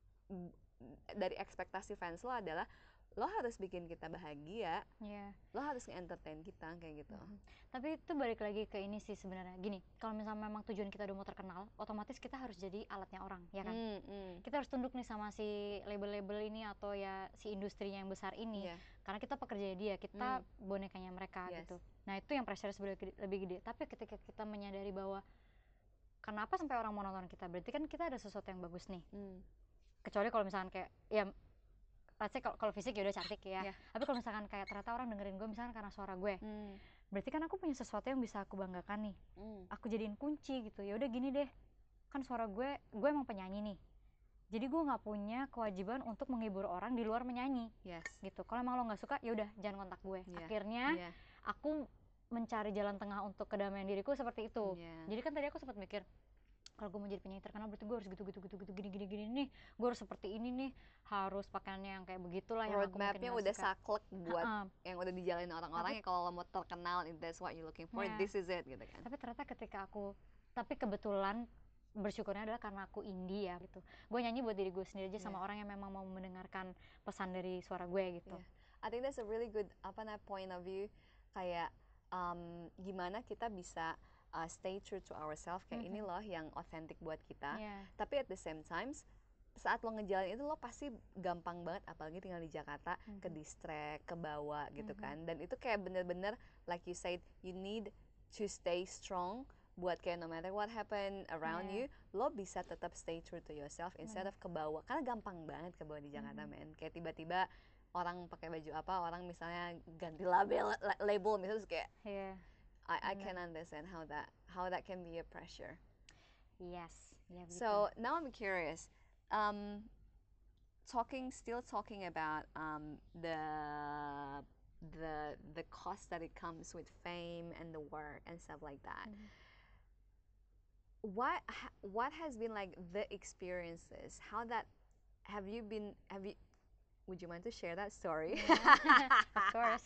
m- dari ekspektasi fans lo adalah lo harus bikin kita bahagia, Yeah. lo harus nge-entertain kita kayak gitu. Mhm. Tapi itu balik lagi ke ini sih sebenarnya. Gini, kalau misalnya memang tujuan kita udah mau terkenal, otomatis kita harus jadi alatnya orang, ya kan? Mm, mm. Kita harus tunduk nih sama si label-label ini atau ya si industrinya yang besar ini. Iya. Karena kita pekerja dia, kita bonekanya mereka Yes. gitu. Nah, itu yang pressure sebenarnya gede- lebih gede. Tapi ketika kita menyadari bahwa kenapa sampai orang mau nonton kita, berarti kan kita ada sesuatu yang bagus nih. Mm. Kecuali kalau misalkan kayak ya let's say kalau kalau fisik ya udah cantik ya. Yeah. Tapi kalau misalkan kayak ternyata orang dengerin gue misalkan karena suara gue, Mm. berarti kan aku punya sesuatu yang bisa aku banggakan nih. Mm. Aku jadiin kunci gitu. Ya udah gini deh, kan suara gue, gue emang penyanyi nih, jadi gue nggak punya kewajiban untuk menghibur orang di luar menyanyi. Yes. Gitu. Kalau emang lo nggak suka, ya udah jangan kontak gue. Yeah. Akhirnya Yeah. aku mencari jalan tengah untuk kedamaian diriku seperti itu. Yeah. Jadi kan tadi aku sempat mikir, kalau gue mau jadi penyanyi terkenal berarti gue harus gitu gitu gitu gitu gini gini gini nih, gue harus seperti ini nih, harus pakaiannya yang kayak begitulah, yang aku mungkin Roadmapnya nggak udah suka. saklek buat Ha-ha. yang udah dijalanin orang-orang ya, kalau lo mau terkenal, if that's what you looking for, Yeah. this is it gitu kan. Tapi ternyata ketika aku, tapi kebetulan bersyukurnya adalah karena aku indie ya gitu, gue nyanyi buat diri gue sendiri aja sama Yeah. orang yang memang mau mendengarkan pesan dari suara gue gitu. Yeah. I think that's a really good apa namanya point of view, kayak um, gimana kita bisa uh, stay true to ourselves, kayak Mhm. ini loh yang authentic buat kita. Yeah. Tapi at the same times saat lo ngejalanin itu lo pasti gampang banget, apalagi tinggal di Jakarta, Mhm. ke distract, ke bawah gitu Mhm. kan. Dan itu kayak bener-bener like you said, you need to stay strong buat kayak no matter what happen around Yeah. you, lo bisa tetap stay true to yourself instead Bener. of ke bawah. Karena gampang banget ke bawah di Jakarta, Mhm. men. Kayak tiba-tiba orang pakai baju apa, orang misalnya ganti label la- label misalnya, terus kayak Yeah. I I Bener. can understand how that how that can be a pressure. Yes. Ya begitu. So now I'm curious, um, talking still talking about um, the the the cost that it comes with fame and the work and stuff like that. Mhm. What ha- what has been like the experiences? How that have you been have you would you mind to share that story? Yeah, of course.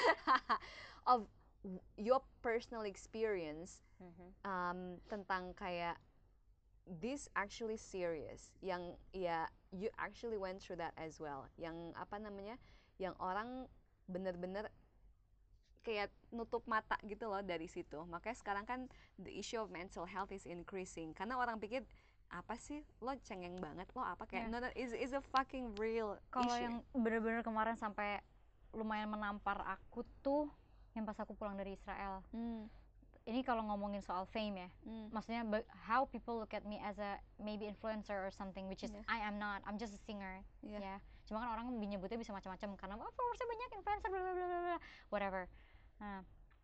Of w- your personal experience Mhm. um, tentang kayak this actually serious, yang ya you actually went through that as well, yang apa namanya, yang orang bener-bener kayak nutup mata gitu loh dari situ. Makanya sekarang kan the issue of mental health is increasing karena orang pikir apa sih lo cengeng banget lo apa kayak Yeah. no, that is is a fucking real Kalau issue. yang bener-bener kemarin sampai lumayan menampar aku tuh yang pas aku pulang dari Israel. Hmm, Ini kalau ngomongin soal fame ya, hmm, maksudnya ba- how people look at me as a maybe influencer or something, which is Yeah. I am not, I'm just a singer, Yeah. ya. Cuma kan orang nyebutnya bisa macam-macam karena oh, followersnya banyak, influencer, bla bla bla bla bla, whatever. Nah,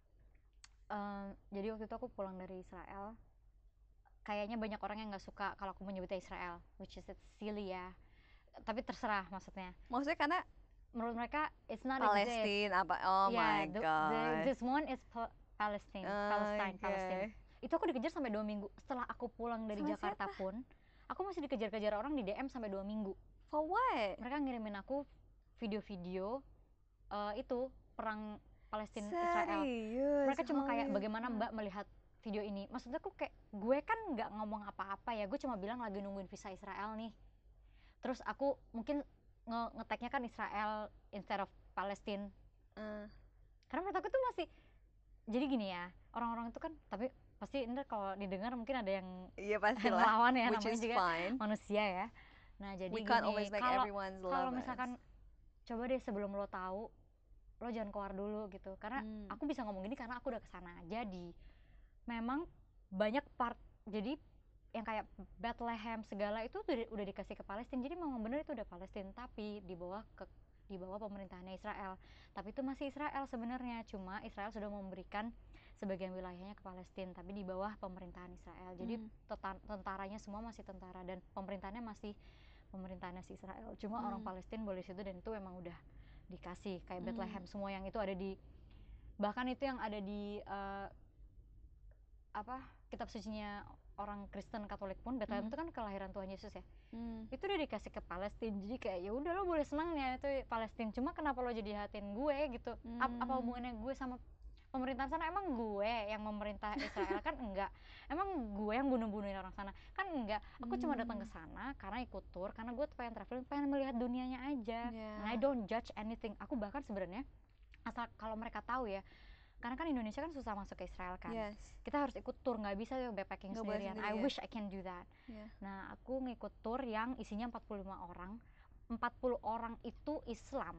em, jadi waktu itu aku pulang dari Israel, kayaknya banyak orang yang nggak suka kalau aku menyebutnya Israel, which is it's silly ya. Tapi terserah maksudnya. maksudnya karena Menurut mereka it's not exist. Palestine apa oh my Yeah, the- the- god. this one is Pa- Palestine, Palestine, Okay. Palestine. Itu aku dikejar sampai dua minggu. Setelah aku pulang dari Sama Jakarta siapa? pun, aku masih dikejar-kejar orang di D M sampai dua minggu. For what? Mereka ngirimin aku video-video eh, itu perang Palestina Israel. Serius? Mereka cuma kayak Holy bagaimana fuck. Mbak melihat video ini. Maksudnya aku kayak gue kan nggak ngomong apa-apa ya. Gue cuma bilang lagi nungguin visa Israel nih. Terus aku mungkin nge ngeteknya kan Israel instead of Palestine. Eh, Karena menurut aku tuh masih jadi gini ya, orang-orang itu kan tapi pasti ntar kalau didengar mungkin ada yang iya pastilah. ngelawan ya, Which namanya is juga fine. manusia ya. Nah jadi We can't gini, always make kalau everyone's kalau love us. misalkan coba deh sebelum lo tahu, lo jangan keluar dulu gitu. Karena Hmm. aku bisa ngomong gini karena aku udah kesana. Jadi memang banyak part, jadi yang kayak Bethlehem segala itu udah, udah dikasih ke Palestina. Jadi memang bener itu udah Palestina, tapi di bawah ke di bawah pemerintahannya Israel. Tapi itu masih Israel sebenarnya, cuma Israel sudah memberikan sebagian wilayahnya ke Palestina, tapi di bawah pemerintahan Israel. Jadi Hmm. teta- tentaranya semua masih tentara dan pemerintahannya masih pemerintahannya si Israel. Cuma Hmm. orang Palestina boleh situ dan itu memang udah dikasih kayak Hmm. Bethlehem, semua yang itu ada di, bahkan itu yang ada di eh, apa kitab sucinya orang Kristen Katolik pun Bethlehem Hmm. itu kan kelahiran Tuhan Yesus ya. Hmm. Itu udah dikasih ke Palestina, jadi kayak ya udah lo boleh senang ya itu Palestina, cuma kenapa lo jadi hatin gue gitu. Ap- apa Hmm. hubungannya gue sama pemerintahan sana? Emang gue yang memerintah Israel kan enggak, emang gue yang bunuh-bunuhin orang sana kan enggak. Aku cuma datang ke Hmm. sana karena ikut tour, karena gue pengen traveling, pengen melihat dunianya aja. Yeah. And I don't judge anything. Aku bahkan sebenarnya asal kalau mereka tahu ya, karena kan Indonesia kan susah masuk ke Israel kan. Yes. Kita harus ikut tour, nggak bisa ya backpacking Nggak boleh sendirian. sendiri I ya. wish I can do that. Yeah. Nah, aku ngikut tour yang isinya empat puluh lima orang. empat puluh orang itu Islam.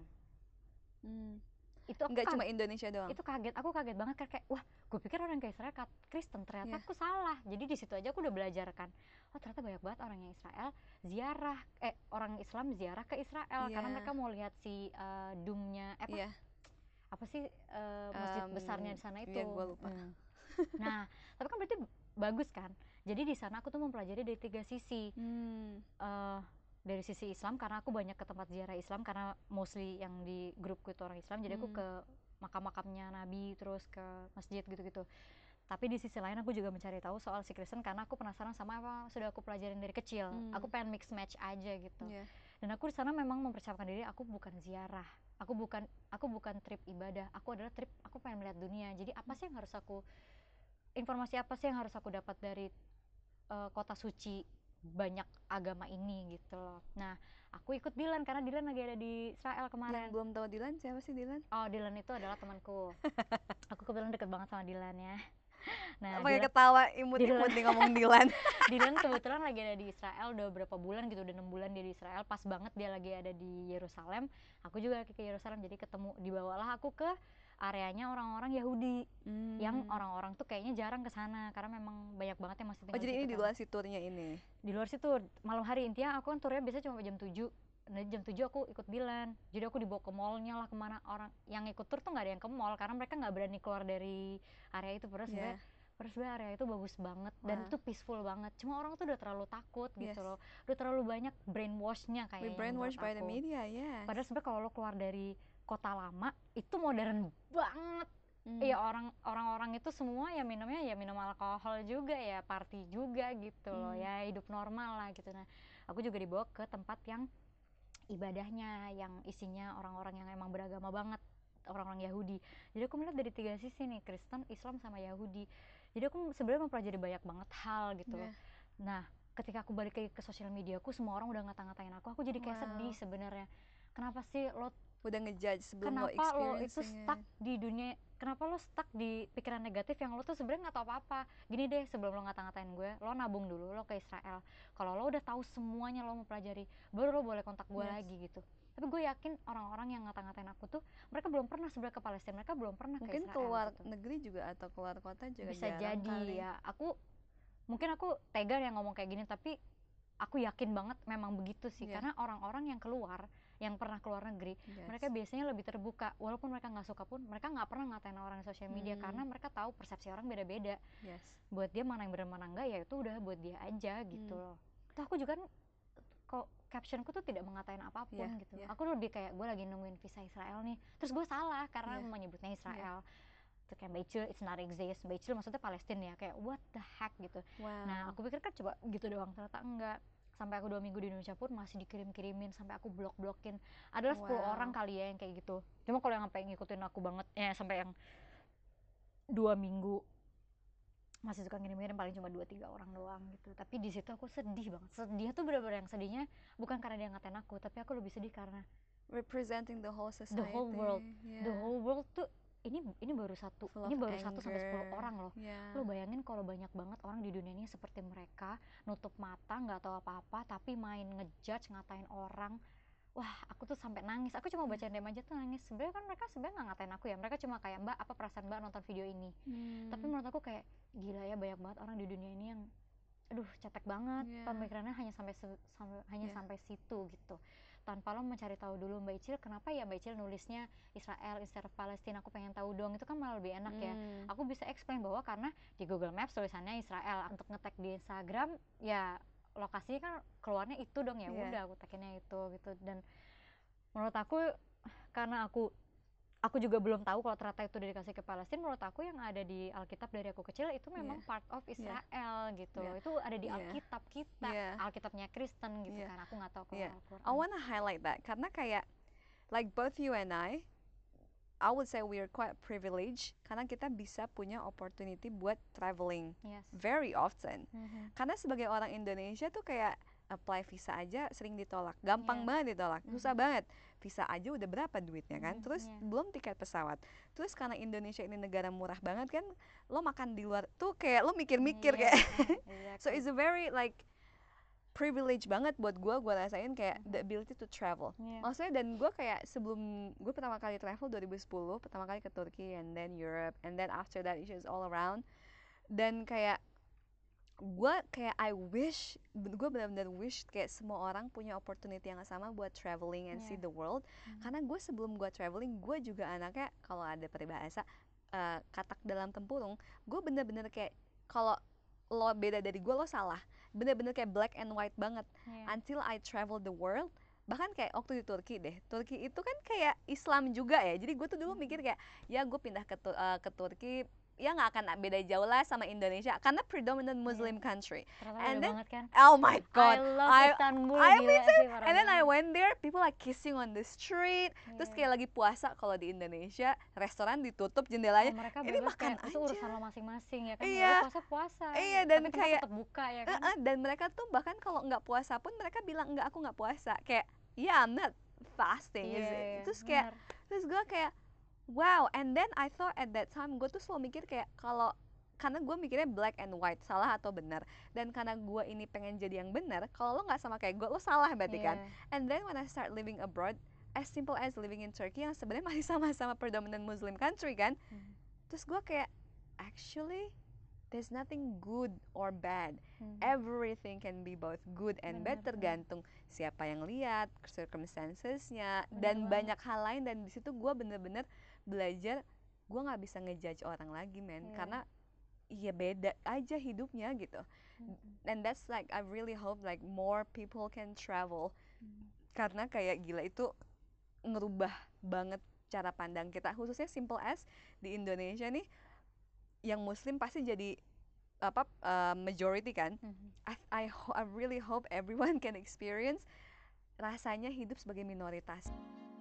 Hmm. Itu aku Nggak kaget, cuma Indonesia doang. itu kaget. Aku kaget banget kan kayak wah, gue pikir orang ke Israel kat- Kristen, ternyata Yeah. aku salah. Jadi di situ aja aku udah belajar kan. Oh, ternyata banyak banget orang yang Israel ziarah eh orang Islam ziarah ke Israel karena Yeah. mereka mau lihat si eh, dome-nya eh, apa Iya. apa sih eh, masjid Um, besarnya di sana itu. iya, gua lupa. Hmm. Nah, tapi kan berarti bagus kan. Jadi di sana aku tuh mempelajari dari tiga sisi. Hmm. Eh, dari sisi Islam karena aku banyak ke tempat ziarah Islam karena mostly yang di grupku itu orang Islam. Jadi aku Hmm. ke makam-makamnya Nabi, terus ke masjid gitu-gitu. Tapi di sisi lain aku juga mencari tahu soal si Kristen karena aku penasaran sama apa sudah aku pelajarin dari kecil. Hmm. Aku pengen mix match aja gitu. Iya. Dan aku di sana memang mempersiapkan diri, aku bukan ziarah, aku bukan aku bukan trip ibadah, aku adalah trip, aku pengen melihat dunia. Jadi apa sih yang harus aku, informasi apa sih yang harus aku dapat dari eh, kota suci banyak agama ini gitu loh. Nah, aku ikut Dylan karena Dylan lagi ada di Israel Yang kemarin. belum tahu Dylan siapa sih Dylan? Oh, Dylan itu adalah temanku. Aku kebetulan deket banget sama Dylan ya. Nah, Pakai Dylan, ketawa imut-imut Dylan. nih ngomong Dylan. Dylan kebetulan lagi ada di Israel udah berapa bulan gitu, udah enam bulan dia di Israel. Pas banget dia lagi ada di Yerusalem, aku juga ke Yerusalem, jadi ketemu, dibawalah aku ke areanya orang-orang Yahudi Hmm. yang orang-orang tuh kayaknya jarang ke sana karena memang banyak banget yang masih Oh tinggal jadi ini situ di kan. luar si turnya ini. Di luar situ malam hari, intinya aku kan turnya biasanya cuma jam tujuh. Nah, jam tujuh aku ikut Dylan, jadi aku dibawa ke mallnya lah, kemana. Orang yang ikut tur tuh nggak ada yang ke mall karena mereka nggak berani keluar dari area itu. Terus Iya. terus sebenarnya area itu bagus banget dan Wah. itu peaceful banget, cuma orang tuh udah terlalu takut gitu Yes. loh, udah terlalu banyak brainwashnya We kayaknya brainwashed by menurut the aku. media, yes. Padahal sebenarnya kalau lo keluar dari kota lama itu modern banget. Hmm. Iya, orang orang-orang itu semua ya minumnya ya minum alkohol juga ya, party juga gitu loh Hmm. ya, hidup normal lah gitu. Nah, aku juga dibawa ke tempat yang ibadahnya yang isinya orang-orang yang emang beragama banget, orang-orang Yahudi. Jadi aku melihat dari tiga sisi nih, Kristen, Islam, sama Yahudi. Jadi aku sebenarnya mempelajari banyak banget hal gitu loh. Yeah. Nah, ketika aku balik lagi ke sosial media aku, semua orang udah ngata-ngatain aku, aku jadi kayak Wow. sedih sebenarnya. Kenapa sih lo Udah ngejudge sebelum lo kenapa lo itu experiencing stuck it. di dunia, kenapa lo stuck di pikiran negatif yang lo tuh sebenarnya nggak tahu apa-apa. Gini deh, sebelum lo ngata-ngatain gue, lo nabung dulu, lo ke Israel. Kalau lo udah tahu semuanya, lo mau pelajari, baru lo boleh kontak gue Yes. lagi gitu. Tapi gue yakin orang-orang yang ngata-ngatain aku tuh, mereka belum pernah sebenarnya ke Palestina, mereka belum pernah ke Mungkin Israel keluar gitu. negeri juga atau keluar kota juga Bisa jarang jadi kali. ya, aku mungkin aku tega yang ngomong kayak gini, tapi aku yakin banget memang begitu sih. Yeah. Karena orang-orang yang keluar, yang pernah keluar negeri, Yes. mereka biasanya lebih terbuka. Walaupun mereka nggak suka pun, mereka nggak pernah ngatain orang di sosial media. Hmm. Karena mereka tahu persepsi orang beda-beda. Yes. Buat dia mana yang benar mana enggak, ya itu udah buat dia aja gitu Hmm. loh. Tuh aku juga kan, kok captionku tuh tidak mengatain apapun Yeah, gitu. yeah. Aku lebih kayak gue lagi nemuin visa Israel nih, terus gue salah karena Yeah. menyebutnya Israel. Tuh kayak Baitul, it's not exist. Baitul maksudnya Palestina ya, kayak what the heck gitu. Wow. Nah aku pikir kan coba gitu doang, ternyata enggak. Sampai aku dua minggu di Indonesia pun masih dikirim-kirimin, sampai aku blok-blokin. Adalah sepuluh Wow. orang kali ya yang kayak gitu. Cuma kalau yang sampai ngikutin aku banget, ya sampai yang dua minggu masih suka ngirim-ngirim, paling cuma dua tiga orang doang gitu. Tapi di situ aku sedih banget. Sedih tuh benar-benar yang sedihnya bukan karena dia ngatain aku, tapi aku lebih sedih karena representing the whole society. the whole world. Yeah. The whole world tuh ini ini baru satu, Full ini of baru satu sampai sepuluh anger. orang loh. Yeah. Lo bayangin kalau banyak banget orang di dunia ini seperti mereka, nutup mata, nggak tahu apa-apa, tapi main ngejudge, ngatain orang. Wah, aku tuh sampai nangis. Aku cuma baca D M aja tuh nangis. Sebenarnya kan mereka sebenarnya nggak ngatain aku ya. Mereka cuma kayak, Mbak, apa perasaan Mbak nonton video ini? Hmm. Tapi menurut aku kayak gila ya, banyak banget orang di dunia ini yang aduh cetek banget. Yeah. Pemikirannya hanya sampai, se- sampai hanya Yeah. sampai situ gitu. Tanpa lo mencari tahu dulu, Mbak Icil kenapa ya Mbak Icil nulisnya Israel instead of Palestina, aku pengen tahu dong, itu kan malah lebih enak ya. Hmm. Aku bisa explain bahwa karena di Google Maps tulisannya Israel, untuk nge-tag di Instagram ya lokasinya kan keluarnya itu dong, ya Yeah. udah aku tagnya itu gitu. Dan menurut aku, karena aku aku juga belum tahu kalau ternyata itu udah dikasih ke Palestina, menurut aku yang ada di Alkitab dari aku kecil itu memang Yeah. part of Israel gitu. Yeah. Itu ada di Yeah. Alkitab kita, Yeah. Alkitabnya Kristen gitu Yeah. kan. Aku nggak tahu kalau Yeah. Al-Quran. I wanna highlight that karena kayak like both you and I, I would say we are quite privileged karena kita bisa punya opportunity buat traveling Yes. very often. Mhm. Karena sebagai orang Indonesia tuh kayak apply visa aja sering ditolak, gampang Yeah. banget ditolak, susah Mhm. banget. Visa aja udah berapa duitnya kan, Mhm, terus yeah. belum tiket pesawat. Terus karena Indonesia ini negara murah banget kan, lo makan di luar tuh kayak lo mikir-mikir Iya, kayak. uh, So it's a very like privilege banget buat gue, gue rasain kayak Mhm. the ability to travel. Yeah. Maksudnya dan gue kayak sebelum gue pertama kali travel dua ribu sepuluh, pertama kali ke Turki and then Europe and then after that it's just all around. Dan kayak gue kayak I wish, gue benar-benar wish kayak semua orang punya opportunity yang sama buat traveling and see Yeah. the world. Mhm. Karena gue sebelum gue traveling, gue juga anaknya kalau ada peribahasa uh, katak dalam tempurung, gue bener-bener kayak kalau lo beda dari gue lo salah, bener-bener kayak black and white banget. Yeah. Until I travel the world, bahkan kayak waktu di Turki deh, Turki itu kan kayak Islam juga ya, jadi gue tuh dulu Mhm. mikir kayak ya gue pindah ke, Tu- uh, ke Turki ya nggak akan beda jauh lah sama Indonesia karena predominant Muslim Yeah. country. Ternyata And beda then- banget kan. Oh my god, I love I- Istanbul, I gila me sih parah and then I banget. went there, people like kissing on the street. Terus Iya. kayak lagi puasa, kalau di Indonesia restoran ditutup Oh, jendelanya. mereka ini bebas makan kayak itu aja. urusan lo masing-masing ya kan. Iya. Ya puasa puasa. Iya, dan tapi tempat kayak- tetap buka ya kan. Uh-uh, dan mereka tuh bahkan kalau nggak puasa pun mereka bilang enggak, aku nggak puasa. Kayak yeah, I'm not fasting. Iya, Is it? iya, Terus kayak benar. terus gue kayak wow, and then I thought at that time gue tuh selalu mikir kayak kalau karena gue mikirnya black and white, salah atau benar, dan karena gue ini pengen jadi yang benar, kalau lo nggak sama kayak gue lo salah berarti kan. Iya. And then when I start living abroad, as simple as living in Turkey yang sebenarnya masih sama-sama predominant Muslim country kan, Mhm. terus gue kayak actually there's nothing good or bad. Mhm. Everything can be both good and bad, Benar, tergantung siapa yang lihat, circumstancesnya, Benar dan banget. banyak hal lain. Dan di situ gue bener-bener belajar gue nggak bisa ngejudge orang lagi men, Iya. karena ya beda aja hidupnya gitu. Mhm. And that's like I really hope like more people can travel, Mhm. karena kayak gila itu ngerubah banget cara pandang kita, khususnya simple as di Indonesia nih yang Muslim pasti jadi apa uh, majority kan. Mhm. I I, ho- I really hope everyone can experience rasanya hidup sebagai minoritas.